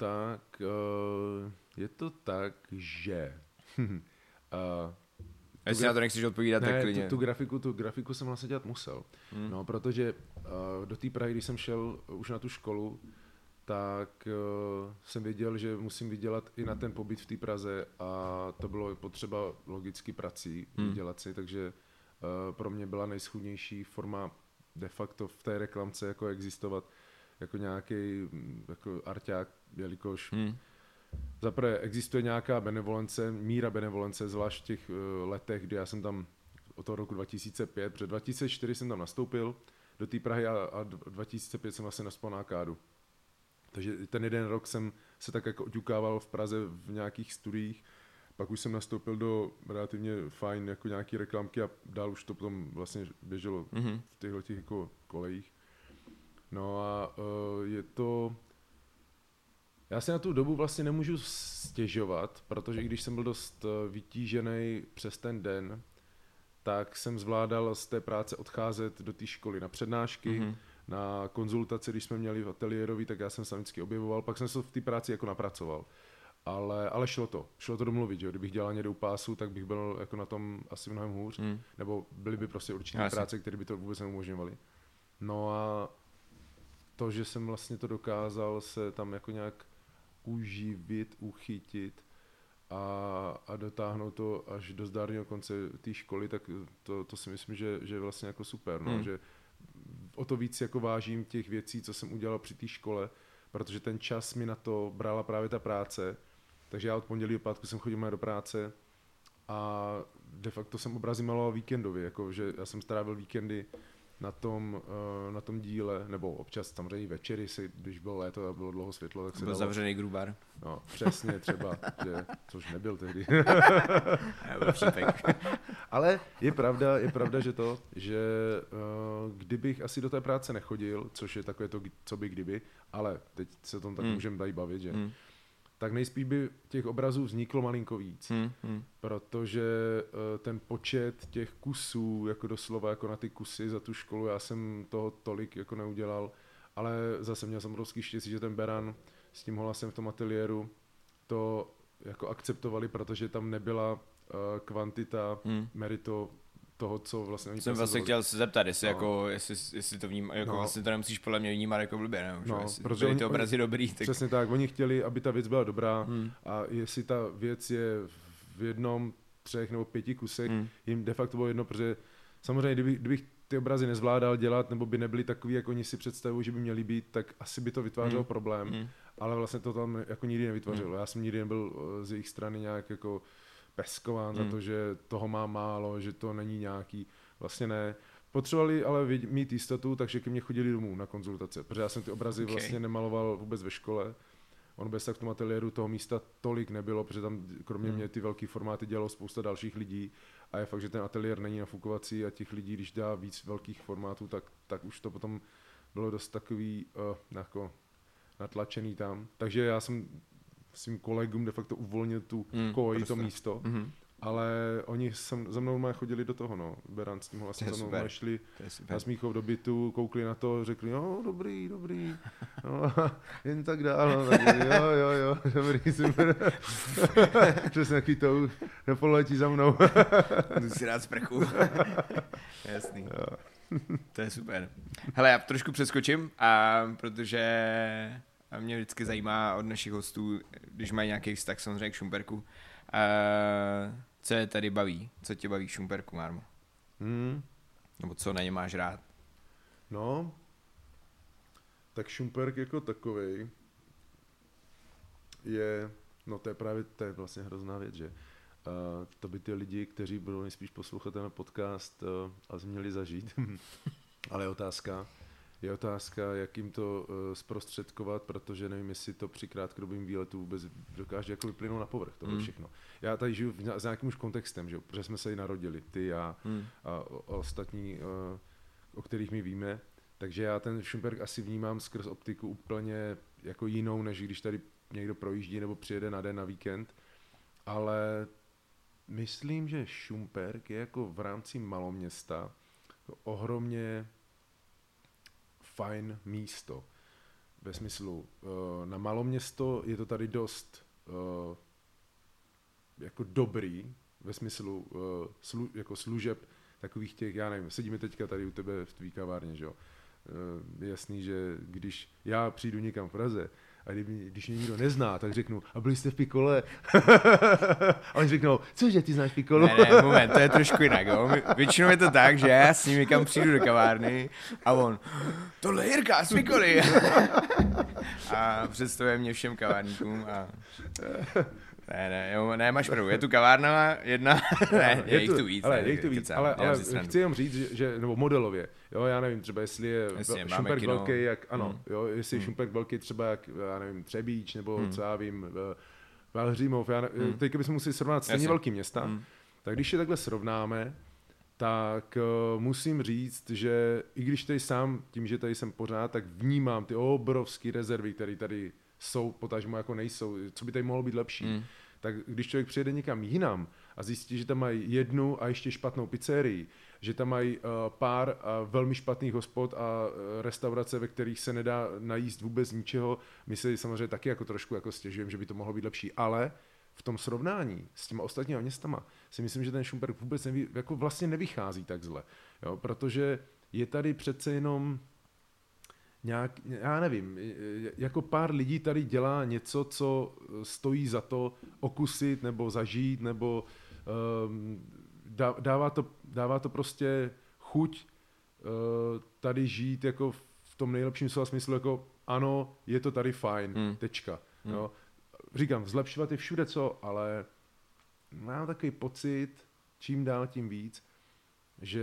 je to tak, že... Jestli na to nechceš odpovídat, tak klidně. Tu grafiku jsem vlastně dělat musel. No, protože do té Prahy, když jsem šel už na tu školu, tak jsem věděl, že musím vydělat i na ten pobyt v té Praze a to bylo potřeba logicky prací vydělat si, takže pro mě byla nejschůdnější forma de facto v té reklamce jako existovat jako nějaký jako arťák, jelikož zaprvé existuje nějaká benevolence, míra benevolence, zvlášť v těch letech, kdy já jsem tam od toho roku 2005, před 2004 jsem tam nastoupil do té Prahy a 2005 jsem vlastně naspal na Akádu. Takže ten jeden rok jsem se tak jako oťukával v Praze v nějakých studiích, pak už jsem nastoupil do relativně fajn jako nějaký reklamky a dál už to potom vlastně běželo v těchto těch jako kolejích. No a je to... Já si na tu dobu vlastně nemůžu stěžovat, protože i když jsem byl dost vytížený přes ten tak jsem zvládal z té práce odcházet do té školy na přednášky, na konzultace, když jsme měli v ateliérový, tak já jsem se vždycky objevoval, pak jsem se v té práci jako napracoval. Ale šlo to domluvit, že? Kdybych dělal někde u pásu, tak bych byl jako na tom asi mnohem hůř, nebo byly by prostě určité práce, které by to vůbec neumožňovaly. No a to, že jsem vlastně to dokázal se tam jako nějak uživit, uchytit a dotáhnout to až do zdárného konce té školy, tak to si myslím, že je vlastně jako super, no, že o to víc jako vážím těch věcí, co jsem udělal při té škole, protože ten čas mi na to brala právě ta práce, takže já od pondělí do pátku jsem chodil do práce a de facto jsem obrazy maloval víkendově, jako že já jsem strávil víkendy na tom díle, nebo občas samozřejmě večery, když bylo léto a bylo dlouho světlo, tak se byl zavřený Grubár. No, přesně třeba, což nebyl tehdy. Byl přípek. Ale je pravda, že kdybych asi do té práce nechodil, což je takové to, co by kdyby, ale teď se o tom tak můžeme tady bavit, že? Tak nejspíš by těch obrazů vzniklo malinko víc, protože ten počet těch kusů, jako doslova jako na ty kusy za tu školu, já jsem toho tolik jako neudělal, ale zase měl jsem obrovský štěstí, že ten Beran s tím hlasem v tom ateliéru to jako akceptovali, protože tam nebyla kvantita, merito toho, co vlastně oni jsem vlastně chtěl se zeptat, jestli, jako, jestli to vnímá, jako vlastně to nemusíš podle mě vnímat jako blbě, ne? Protože byly ty obrazy dobrý. Tak... Přesně tak, oni chtěli, aby ta věc byla dobrá a jestli ta věc je v jednom, 3 nebo 5 kusech, jim de facto bylo jedno, protože samozřejmě, kdybych ty obrazy nezvládal dělat, nebo by nebyly takový, jak oni si představují, že by měly být, tak asi by to vytvářelo problém, ale vlastně to tam jako nikdy nevytvořilo. Já jsem nikdy nebyl z jejich strany nějak jako peskován za to, že toho má málo, že to není nějaký, vlastně ne. Potřebovali ale mít jistotu, takže ke mně chodili domů na konzultace, protože já jsem ty obrazy vlastně nemaloval vůbec ve škole. On bez tak v tom ateliéru toho místa tolik nebylo, protože tam kromě mě ty velký formáty dělalo spousta dalších lidí a je fakt, že ten ateliér není nafukovací a těch lidí, když dá víc velkých formátů, tak už to potom bylo dost takový jako natlačený tam. Takže já jsem svým kolegům de facto uvolnil tu koji, to místo, ale oni za mnou chodili do toho, no. Beran s tím hlasem za mnou šli na Smíchov do bytu, koukli na to, řekli, no, dobrý, no, jen tak dál, no, tak jo, dobrý, super. Přesně taky to nepoletí za mnou. Jdu si rád sprchu. Jasný. Jo. To je super. Hele, já trošku přeskočím, protože mě vždycky zajímá od našich hostů, když mají nějaký vztah samozřejmě k Šumperku, co je tady baví? Co tě baví Šumperku, Mármo? Nebo co na ně máš rád? No, tak Šumperk jako takovej je, no to je vlastně hrozná věc, že? To by ty lidi, kteří budou nejspíš poslouchat ten podcast a měli zažít, ale je otázka, jak jim to zprostředkovat, protože nevím, jestli to při krátkodobým výletu vůbec dokáže jako vyplynout na povrch, to je všechno. Já tady žiju s nějakým už kontextem, že? Protože jsme se i narodili, ty, já a ostatní, o kterých my víme, takže já ten Šumperk asi vnímám skrz optiku úplně jako jinou, než když tady někdo projíždí nebo přijede na den, na víkend, ale myslím, že Šumperk je jako v rámci maloměsta ohromně fajn místo. Ve smyslu, na maloměsto je to tady dost jako dobrý, ve smyslu jako služeb takových těch, já nevím, sedíme teďka tady u tebe v tvý kavárně, že jo. Je jasný, že když já přijdu někam v Praze a když mě nikdo nezná, tak řeknu, a byli jste v Pikole? A oni řeknou, cože, ty znáš Pikolu? Ne, moment, to je trošku jinak, jo. Většinou je to tak, že já s ním někam přijdu do kavárny a on, tohle je Jirka z Pikoly. A představuje mě všem kavárníkům a... Ne, máš pravdu, je tu kavárna jedna, ne, je jich tu víc. Ale chci jenom říct, že, nebo modelově, jo, já nevím, třeba jestli je Šumperk velký, jak, ano, jo, jestli je Šumperk velký třeba jak, já nevím, Třebíč, nebo co já vím, Velhřímov, teďka bychom museli srovnat stejně velký města, tak když je takhle srovnáme, tak musím říct, že i když tady sám, tím, že tady jsem pořád, tak vnímám ty obrovské rezervy, které tady jsou, potažmo jako nejsou, co by tady mohlo být lepší. Tak když člověk přijede někam jinam a zjistí, že tam mají jednu a ještě špatnou pizzerii, že tam mají pár velmi špatných hospod a restaurace, ve kterých se nedá najíst vůbec ničeho, my si samozřejmě taky jako trošku jako stěžujeme, že by to mohlo být lepší, ale v tom srovnání s těma ostatníma městama si myslím, že ten Šumperk vůbec jako vlastně nevychází tak zle, jo? Protože je tady přece jenom nějak, já nevím, jako pár lidí tady dělá něco, co stojí za to okusit nebo zažít, nebo dává to prostě chuť tady žít jako v tom nejlepším slova smyslu, jako ano, je to tady fajn, tečka. Jo. Říkám, zlepšovat je všude co, ale mám takový pocit, čím dál tím víc, že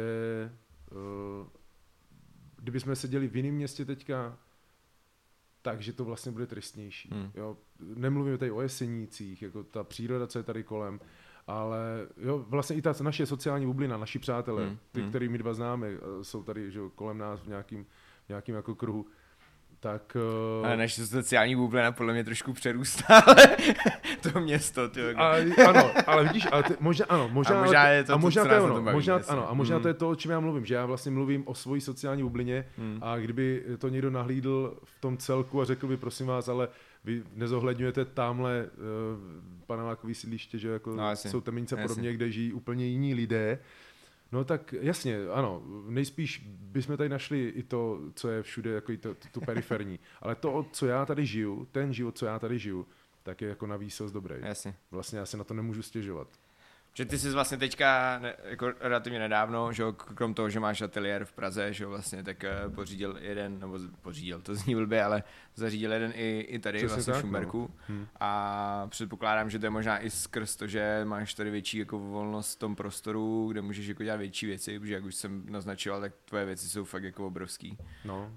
kdybychom seděli v jiném městě teďka, takže to vlastně bude tristnější. Jo? Nemluvíme tady o Jesenících, jako ta příroda, co je tady kolem, ale jo, vlastně i ta naše sociální bublina, naši přátelé, ty, který my dva známe, jsou tady že, kolem nás v nějakým jako kruhu, tak... Ale naše sociální bublina podle mě trošku přerůstá, ale to město, tyjo. Ano, ale vidíš, ale možná je to, a možná to je ono, možná to je to, o čem já mluvím, že já vlastně mluvím o svojí sociální bublině a kdyby to někdo nahlídl v tom celku a řekl by, prosím vás, ale vy nezohledňujete tamhle panelákový sídliště, že jako jsou Temenice podobně, kde žijí úplně jiní lidé. No tak jasně, ano, nejspíš bychom tady našli i to, co je všude, jako i tu periferní, ale to, co já tady žiju, ten život, co já tady žiju, tak je jako na výsost dobrý. Jasně. Vlastně já se na to nemůžu stěžovat. Že ty jsi vlastně teďka jako relativně nedávno, že krom toho, že máš ateliér v Praze, že vlastně tak pořídil, to zní blbě, ale zařídil jeden i tady přesně vlastně v Šumperku. No. A předpokládám, že to je možná i skrz to, že máš tady větší jako volnost v tom prostoru, kde můžeš jako dělat větší věci, protože jak už jsem naznačoval, tak tvoje věci jsou fakt jako obrovský. No.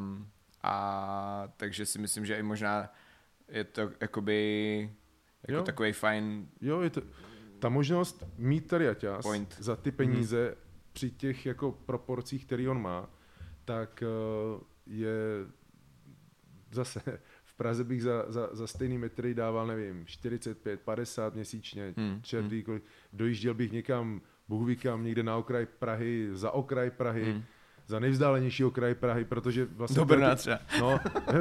A takže si myslím, že i možná je to jakoby jako takovej fajn... Jo, je to... Ta možnost mít tady aťas za ty peníze při těch jako proporcích, který on má, tak je zase v Praze bych za stejný metry dával, nevím, 45, 50 měsíčně, čertý, dojížděl bych někam, Bůh ví kam, někde na okraj Prahy, za okraj Prahy, za nejvzdálenější okraj Prahy, protože vlastně... Do Brna třeba. No,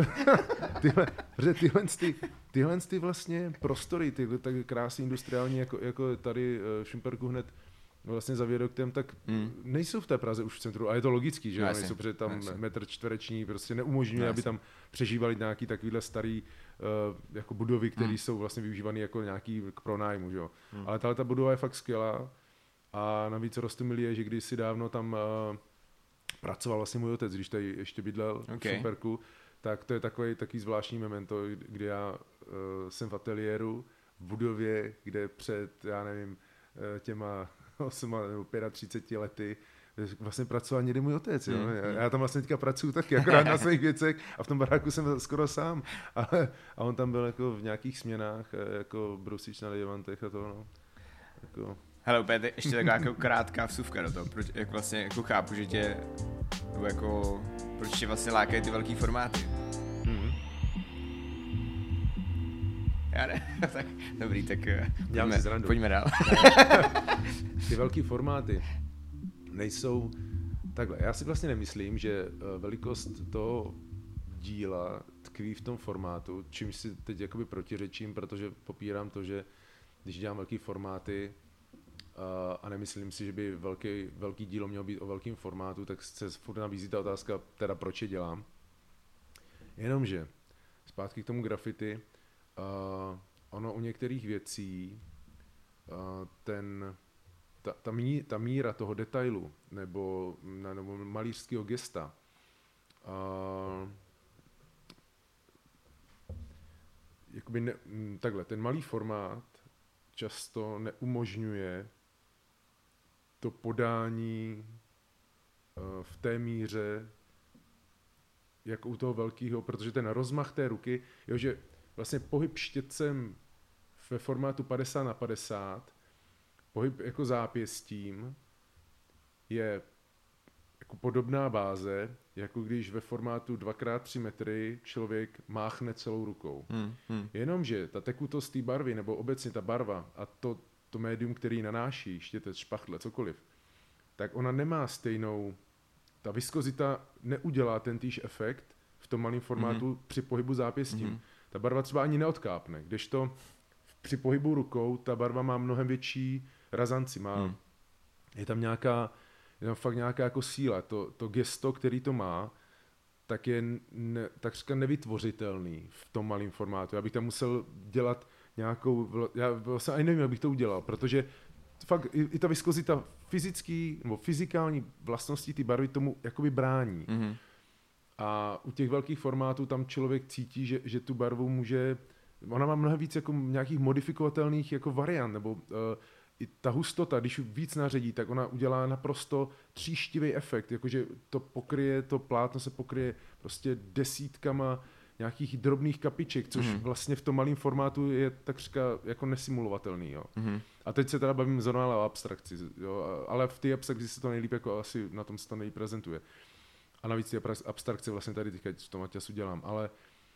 tyhle vlastně prostory, tyhle tak krásný industriální, jako tady v Šumperku hned vlastně za Viaduktem, tak nejsou v té Praze už v centru. A je to logický, že nejsou, protože tam metr čtvereční prostě neumožňuje, aby tam přežívali nějaký takovýhle starý jako budovy, které jsou vlastně využívané jako nějaký k pronájmu, že jo. Ale ta budova je fakt skvělá a navíc Rostomil je, že kdysi dávno tam pracoval vlastně můj otec, když tady ještě bydlel v Šumperku, tak to je takový zvláštní memento, kdy já jsem v ateliéru v budově, kde před, já nevím, těma 8 nebo 35 lety vlastně pracoval někdy můj otec. Jo? Já tam vlastně teďka pracuju taky, akorát na svých věcech a v tom baráku jsem skoro sám. A on tam byl jako v nějakých směnách, jako brusič na diamantech a to, no. Jako... Hele, úplně ještě taková jako krátká vsuvka do toho, proč, jak vlastně jako chápu, že tě, nebo jako, proč tě vlastně lákají ty velký formáty. Já ne. Tak, dobrý, tak pojďme dál. Ty velký formáty nejsou takhle. Já si vlastně nemyslím, že velikost toho díla tkví v tom formátu, čímž si teď jakoby protiřečím, protože popírám to, že když dělám velký formáty a nemyslím si, že by velký dílo mělo být o velkém formátu, tak se furt nabízí ta otázka, teda proč je dělám. Jenomže, zpátky k tomu graffiti, ono u některých věcí ta míra toho detailu nebo malířského gesta jakoby takhle, ten malý formát často neumožňuje to podání v té míře jako u toho velkého, protože ten rozmach té ruky, že vlastně pohyb štětcem ve formátu 50x50, pohyb jako zápěstím je jako podobná báze, jako když ve formátu 2x3 metry člověk máchne celou rukou. Jenomže ta tekutost té barvy, nebo obecně ta barva a to médium, který nanáší, štětec, špachtle, cokoliv, tak ona nemá stejnou, ta viskozita neudělá ten týž efekt v tom malém formátu při pohybu zápěstím. Ta barva třeba ani neodkápne, kdežto při pohybu rukou ta barva má mnohem větší razanci, je tam fakt nějaká jako síla, to gesto, který to má, tak je takřka nevytvořitelný v tom malém formátu. Já bych tam musel dělat já vlastně ani nevím, jak bych to udělal, protože fakt i ta viskozita fyzikální vlastnosti ty barvy tomu jakoby brání. A u těch velkých formátů tam člověk cítí, že tu barvu může, ona má mnohem víc jako nějakých modifikovatelných jako variant, nebo i ta hustota, když víc naředí, tak ona udělá naprosto tříštivý efekt, jakože to plátno se pokryje prostě desítkama nějakých drobných kapiček, což vlastně v tom malém formátu je takřka jako nesimulovatelný. Jo. A teď se teda bavím zrovna o abstrakci, jo, ale v té abstrakci se to nejlíp jako asi na tom se to nejlíp prezentuje. A navíc ty abstrakce vlastně tady teď v tom Aťasu dělám, ale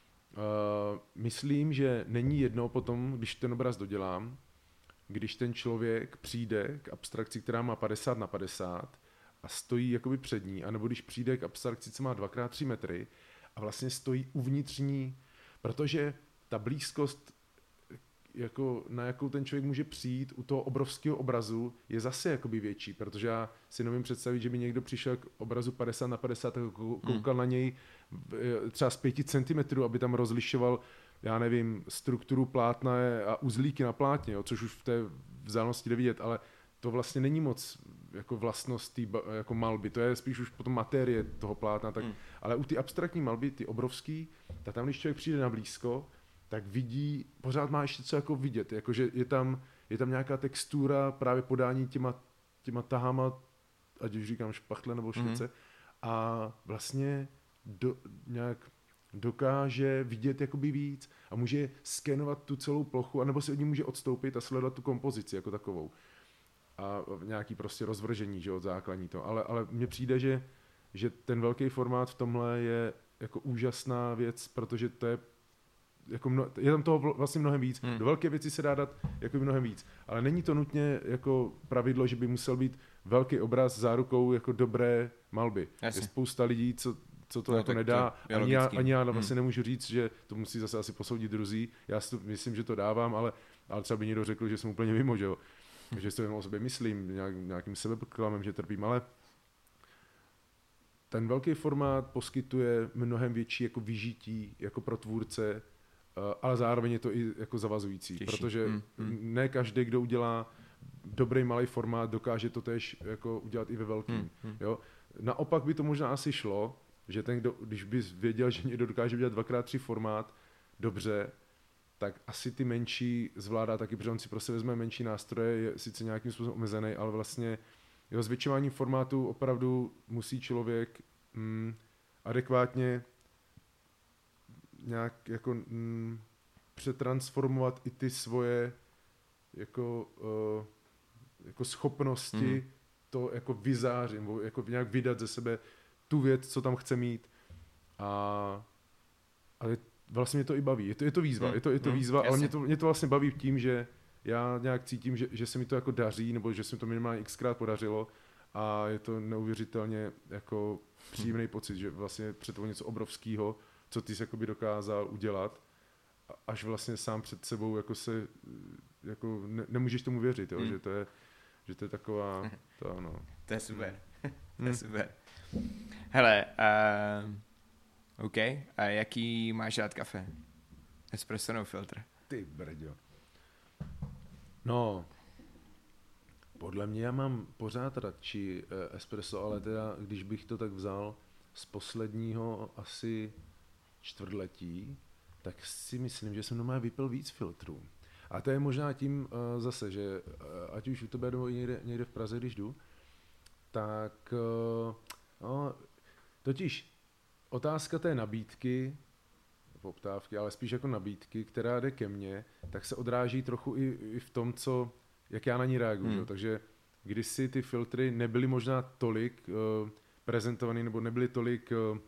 myslím, že není jedno potom, když ten obraz dodělám, když ten člověk přijde k abstrakci, která má 50x50 a stojí jakoby před ní, anebo když přijde k abstrakci, co má 2x3 metry a vlastně stojí uvnitř ní, protože ta blízkost, jako na jakou ten člověk může přijít u toho obrovského obrazu, je zase jakoby větší, protože já si nevím představit, že by někdo přišel k obrazu 50x50 a koukal na něj třeba z 5 cm, aby tam rozlišoval, já nevím, strukturu plátna a uzlíky na plátně, jo, což už v té vzdálenosti jde vidět, ale to vlastně není moc jako vlastnost jako malby, to je spíš už potom materie toho plátna, tak, ale u ty abstraktní malby, ty obrovský, tak tam, když člověk přijde na blízko, tak vidí, pořád má ještě co jako vidět, jakože je tam nějaká textura právě podání těma tahama, ať už říkám špachtle nebo švice, a vlastně nějak dokáže vidět jakoby víc a může skenovat tu celou plochu, anebo si od ní může odstoupit a sledovat tu kompozici jako takovou. A nějaký prostě rozvržení, že od základní to. Ale mně přijde, že ten velký formát v tomhle je jako úžasná věc, protože to je jako je tam toho vlastně mnohem víc. Do velké věci se dá dát jako mnohem víc. Ale není to nutně jako pravidlo, že by musel být velký obraz zárukou jako dobré malby. Jasně. Je spousta lidí, co to jako nedá. Ani já vlastně nemůžu říct, že to musí zase asi posoudit druzí. Já si myslím, že to dávám, ale třeba by někdo řekl, že jsem úplně mimo, že jo. Že si to o sobě myslím, nějakým sebeklamem, že trpím, ale ten velký formát poskytuje mnohem větší jako vyžití jako pro tvůrce, ale zároveň je to i jako zavazující, protože ne každý, kdo udělá dobrý malý formát, dokáže to též jako udělat i ve velkým. Jo? Naopak by to možná asi šlo, že ten, když by věděl, že někdo dokáže udělat 2x3 formát dobře, tak asi ty menší zvládá taky, protože on si prostě vezme menší nástroje, je sice nějakým způsobem omezený, ale vlastně jeho zvětšování formátu opravdu musí člověk adekvátně nějak jako přetransformovat i ty svoje jako schopnosti to jako vyzářit, nebo jako nějak vydat ze sebe tu věc, co tam chce mít. A vlastně mě to i baví. Je to výzva, je to výzva, ale mě to vlastně baví tím, že já nějak cítím, že se mi to jako daří, nebo že se mi to minimálně xkrát podařilo a je to neuvěřitelně jako příjemný pocit, že vlastně před tebou něco obrovského, co ty jsi jakoby dokázal udělat, až vlastně sám před sebou jako se jako nemůžeš tomu věřit, jo? Že to je taková to, no. To je super. To je super. Hele, OK. A jaký máš rád kafe? Espresso nebo filtr? Ty brďo. No, podle mě já mám pořád radši espresso, ale teda, když bych to tak vzal z posledního asi čtvrtletí, tak si myslím, že jsem doma vypil víc filtrů. A to je možná tím zase, že ať už u tebe nebo někde v Praze, když jdu, tak no, totiž otázka té nabídky, poptávky, ale spíš jako nabídky, která jde ke mně, tak se odráží trochu i v tom, jak já na ní reaguju. Takže kdysi ty filtry nebyly možná tolik prezentovaný, nebo nebyly tolik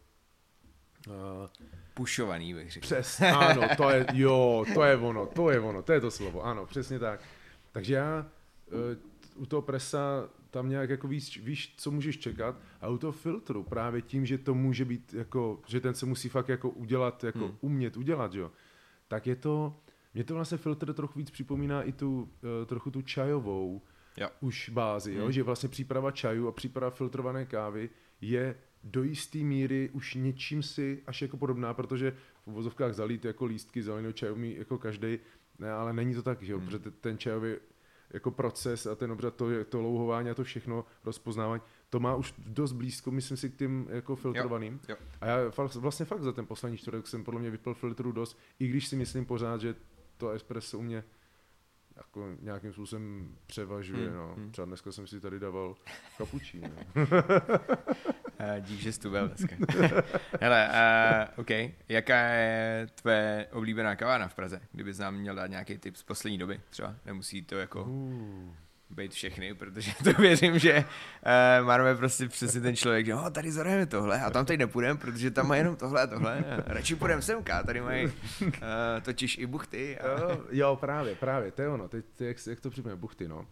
pušovaný, bych řekl. Přesně, ano, to je to slovo, ano, přesně tak. Takže já u toho presa tam nějak jako víš, co můžeš čekat, a u toho filtru právě tím, že to může být jako, že ten se musí fakt jako udělat, jako umět udělat, jo, tak mě to vlastně filtr trochu víc připomíná i trochu tu čajovou už bázi, jo, že vlastně příprava čaju a příprava filtrované kávy je do jisté míry už něčím si až jako podobná, protože v uvozovkách zalít jako lístky zeleného čaju umí jako každej, ne, ale není to tak, že jo, protože ten čajový jako proces a ten obřad, to louhování a to všechno, rozpoznávání, to má už dost blízko, myslím si, k tím jako filtrovaným. Jo. A já vlastně fakt za ten poslední čtvrtek jsem podle mě vypil filtrů dost, i když si myslím pořád, že to espresso u mě jako nějakým způsobem převažuje, no. Třeba dneska jsem si tady dával kapučíno. Dík, že jsi tu byl dneska. Hele, OK. Jaká je tvoje oblíbená kavárna v Praze? Kdybys nám měl dát nějaký tip z poslední doby třeba. Nemusí to jako být všechny, protože to věřím, že máme prostě přesně ten člověk, že tady zarejeme tohle a tam teď nepůjdeme, protože tam má jenom tohle a tohle. Radši půjdeme semka, tady mají totiž i buchty. Jo, právě, to je ono. Teď jak to připomíná, buchty, no.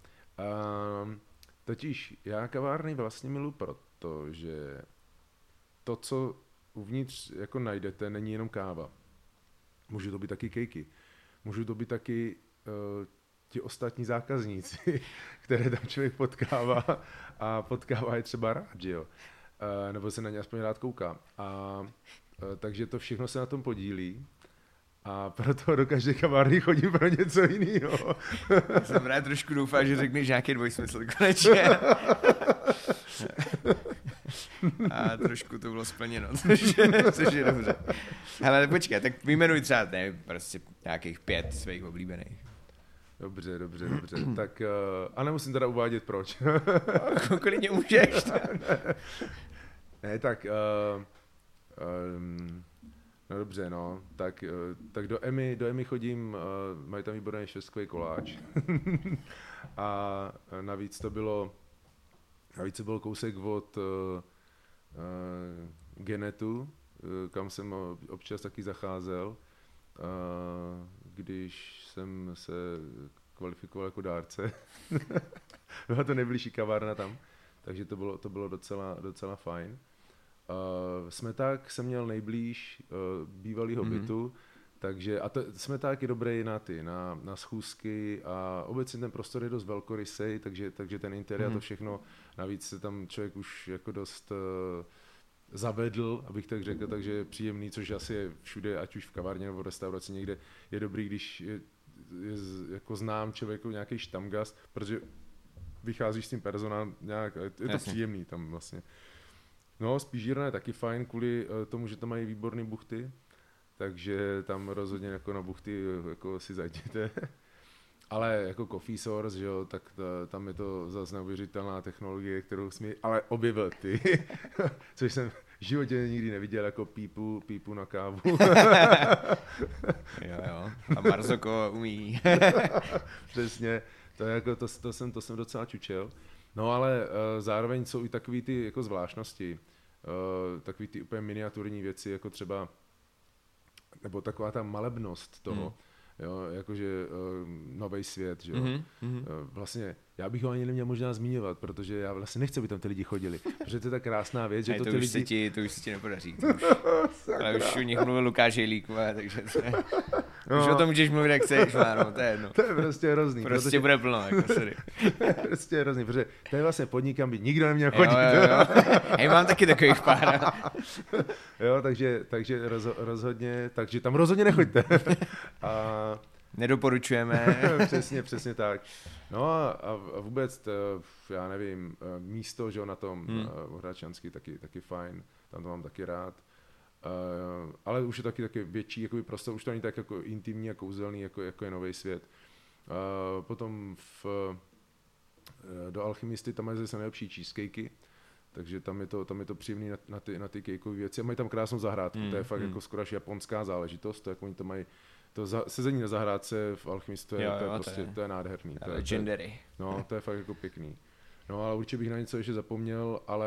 Totiž já kavárny vlastně miluji protože to, co uvnitř jako najdete, není jenom káva. Můžou to být taky kejky. Můžou to být taky ti ostatní zákazníci, které tam člověk potkává a potkává je třeba rád, že jo. Nebo se na ně aspoň rád kouká. Takže to všechno se na tom podílí. A proto do každé kavárny chodím pro něco jiného. Jsem právě trošku doufal, že řekneš nějaký dvojsmysl konečně. A trošku to bylo splněno, což je dobře. Hele, počkej, tak vyjmenuj třeba prostě nějakých 5 svých oblíbených. Dobře. Tak, a nemusím teda uvádět proč. Klidně můžeš. Ne, tak... No dobře, no, tak do Emy chodím, mají tam výborný švestkový koláč. A navíc to byl kousek od Genetu, kam jsem občas taky zacházel, když jsem se kvalifikoval jako dárce. Byla to nejbližší kavárna tam, takže to bylo docela fajn. Smeták jsem měl nejblíž bývalýho bytu, takže a Smeták je dobrý na schůzky a obecně ten prostor je dost velkorysej, takže ten interiér to všechno, navíc se tam člověk už jako dost zavedl, abych tak řekl, takže je příjemný, což asi je všude, ať už v kavárně nebo v restauraci někde, je dobrý, když je jako znám člověku nějaký štamgast, protože vycházíš s tím personálem nějak, je to příjemný tam vlastně. No, Spížírna je taky fajn kvůli tomu, že tam mají výborný buchty, takže tam rozhodně jako na buchty jako si zajděte. Ale jako Coffee Source, že jo, tak tam je to zase neuvěřitelná technologie, kterou jsi mi ale objevil ty, což jsem v životě nikdy neviděl, jako pípu na kávu. jo, a Marzoko umí. Přesně, to jsem docela čučel. No ale zároveň jsou i takový ty jako zvláštnosti, takový ty úplně miniaturní věci, jako třeba nebo taková ta malebnost toho, jo, jakože nový svět, že jo. Vlastně já bych ho ani neměl možná zmiňovat, protože já vlastně nechci, aby tam ty lidi chodili, protože to je tak krásná věc, že to ty lidi... To už se ti nepodaří. Ale už u nich mluvil Lukáš Jejlík, takže už o tom můžeš mluvit, jak chceš, no, to je jedno. To je prostě hrozný. Prostě bude plno, jako sorry. Prostě hrozný, protože to je vlastně podnik, kam by nikdo neměl chodit. Jo. Hej, mám taky takových pár. Jo, takže rozhodně, takže tam rozhodně nechoďte. Nedoporučujeme. Přesně tak. No a vůbec, já nevím, místo, že na tom Hradčanský taky fajn, tam to mám taky rád. Ale už je taky větší jakoby prostor, už to není tak jako intimní a kouzelný, jako je Nový svět. Potom do Alchymisty tam mají zase nejlepší cheesecakey, takže tam je to příjemný na ty cakeové věci. A mají tam krásnou zahrádku, to je fakt jako skoro až japonská záležitost, to jako oni to mají. To sezení na zahrádce v Alchymistu to je nádherný. To je legendary. No, to je fakt jako pěkný. No, ale určitě bych na něco ještě zapomněl, ale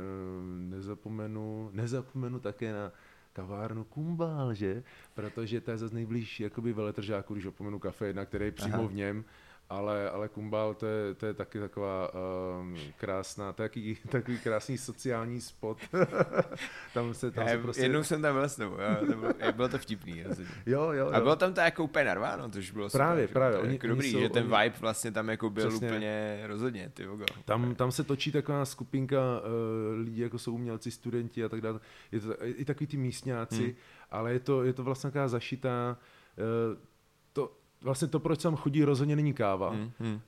nezapomenu také na kavárnu Kumbál, že? Protože to je zase nejblíž jakoby veletržáku, když opomenu Kafe 1, který je přímo v něm. Ale Kumbál to je taky taková krásná, takový krásný sociální spot. tam se prostě... Jednou jsem tam byl s tebou, bylo to vtipný. Jo. A bylo tam to jako úplně narváno, což bylo právě, super. Právě. Oni jako dobrý, že ten vibe vlastně tam jako byl přesně. Úplně rozhodně. Ty vogo. Tam se točí taková skupinka lidí, jako jsou umělci, studenti a tak dále. Je to i takový ty místňáci, ale je to vlastně taková zašitá... Vlastně to, proč tam chodí, rozhodně není káva.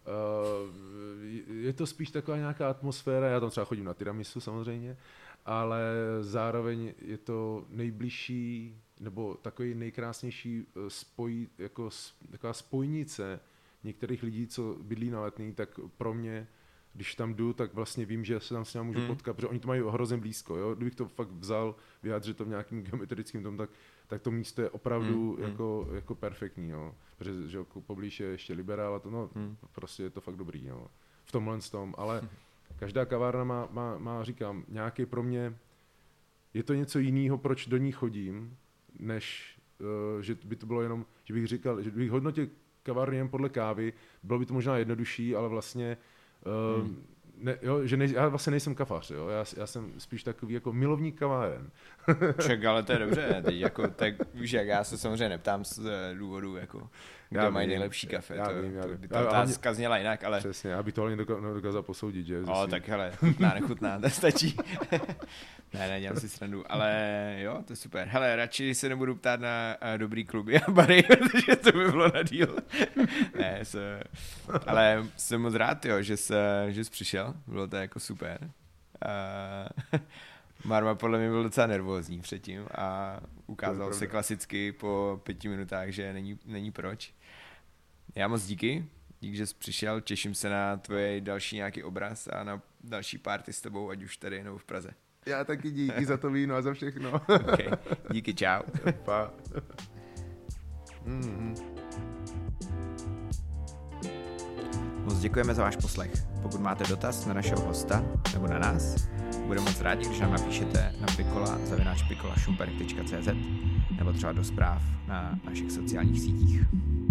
Je to spíš taková nějaká atmosféra, já tam třeba chodím na tiramisu samozřejmě, ale zároveň je to nejbližší, nebo takový nejkrásnější taková spojnice některých lidí, co bydlí na Letný, tak pro mě, když tam jdu, tak vlastně vím, že se tam s ním můžu potkat, protože oni to mají hrozně blízko. Jo? Kdybych to fakt vzal, vyjádřit to v nějakým geometrickým tom, tak to místo je opravdu jako perfektní, jo. Protože že poblíž je ještě Liberál a to, prostě je to fakt dobrý, jo. V tomhle tom, ale každá kavárna má, říkám, nějaký pro mě, je to něco jiného, proč do ní chodím, než že by to bylo jenom, že bych říkal, že bych hodnotil kavárny jen podle kávy, bylo by to možná jednodušší, ale vlastně já vlastně nejsem kafař, jo? Já jsem spíš takový jako milovník kaváren. Ček, ale to je dobře, teď jako, tak víš jak, já se samozřejmě neptám z důvodu, jako, kdo mají nejlepší kafe, ta otázka zněla jinak, ale... Přesně, aby tohle nedokázal posoudit, že? Tak hele, nechutná, to stačí. Ne, dělám si srandu, ale jo, to je super. Hele, radši se nebudu ptát na dobrý kluby a bary, protože to by bylo na díl. Ale jsem moc rád, jo, že jsi přišel, bylo to jako super. Marma podle mě byl docela nervózní předtím a ukázal se klasicky po 5 minutách, že není proč. Já moc díky, že jsi přišel, těším se na tvoje další nějaký obraz a na další party s tebou, ať už tady nebo v Praze. Já taky díky za to víno a za všechno. Okay. Díky, čau. Pa. Moc děkujeme za váš poslech. Pokud máte dotaz na našeho hosta nebo na nás, budeme moc rádi, když nám napíšete na pikola@pikolašumperk.cz nebo třeba do zpráv na našich sociálních sítích.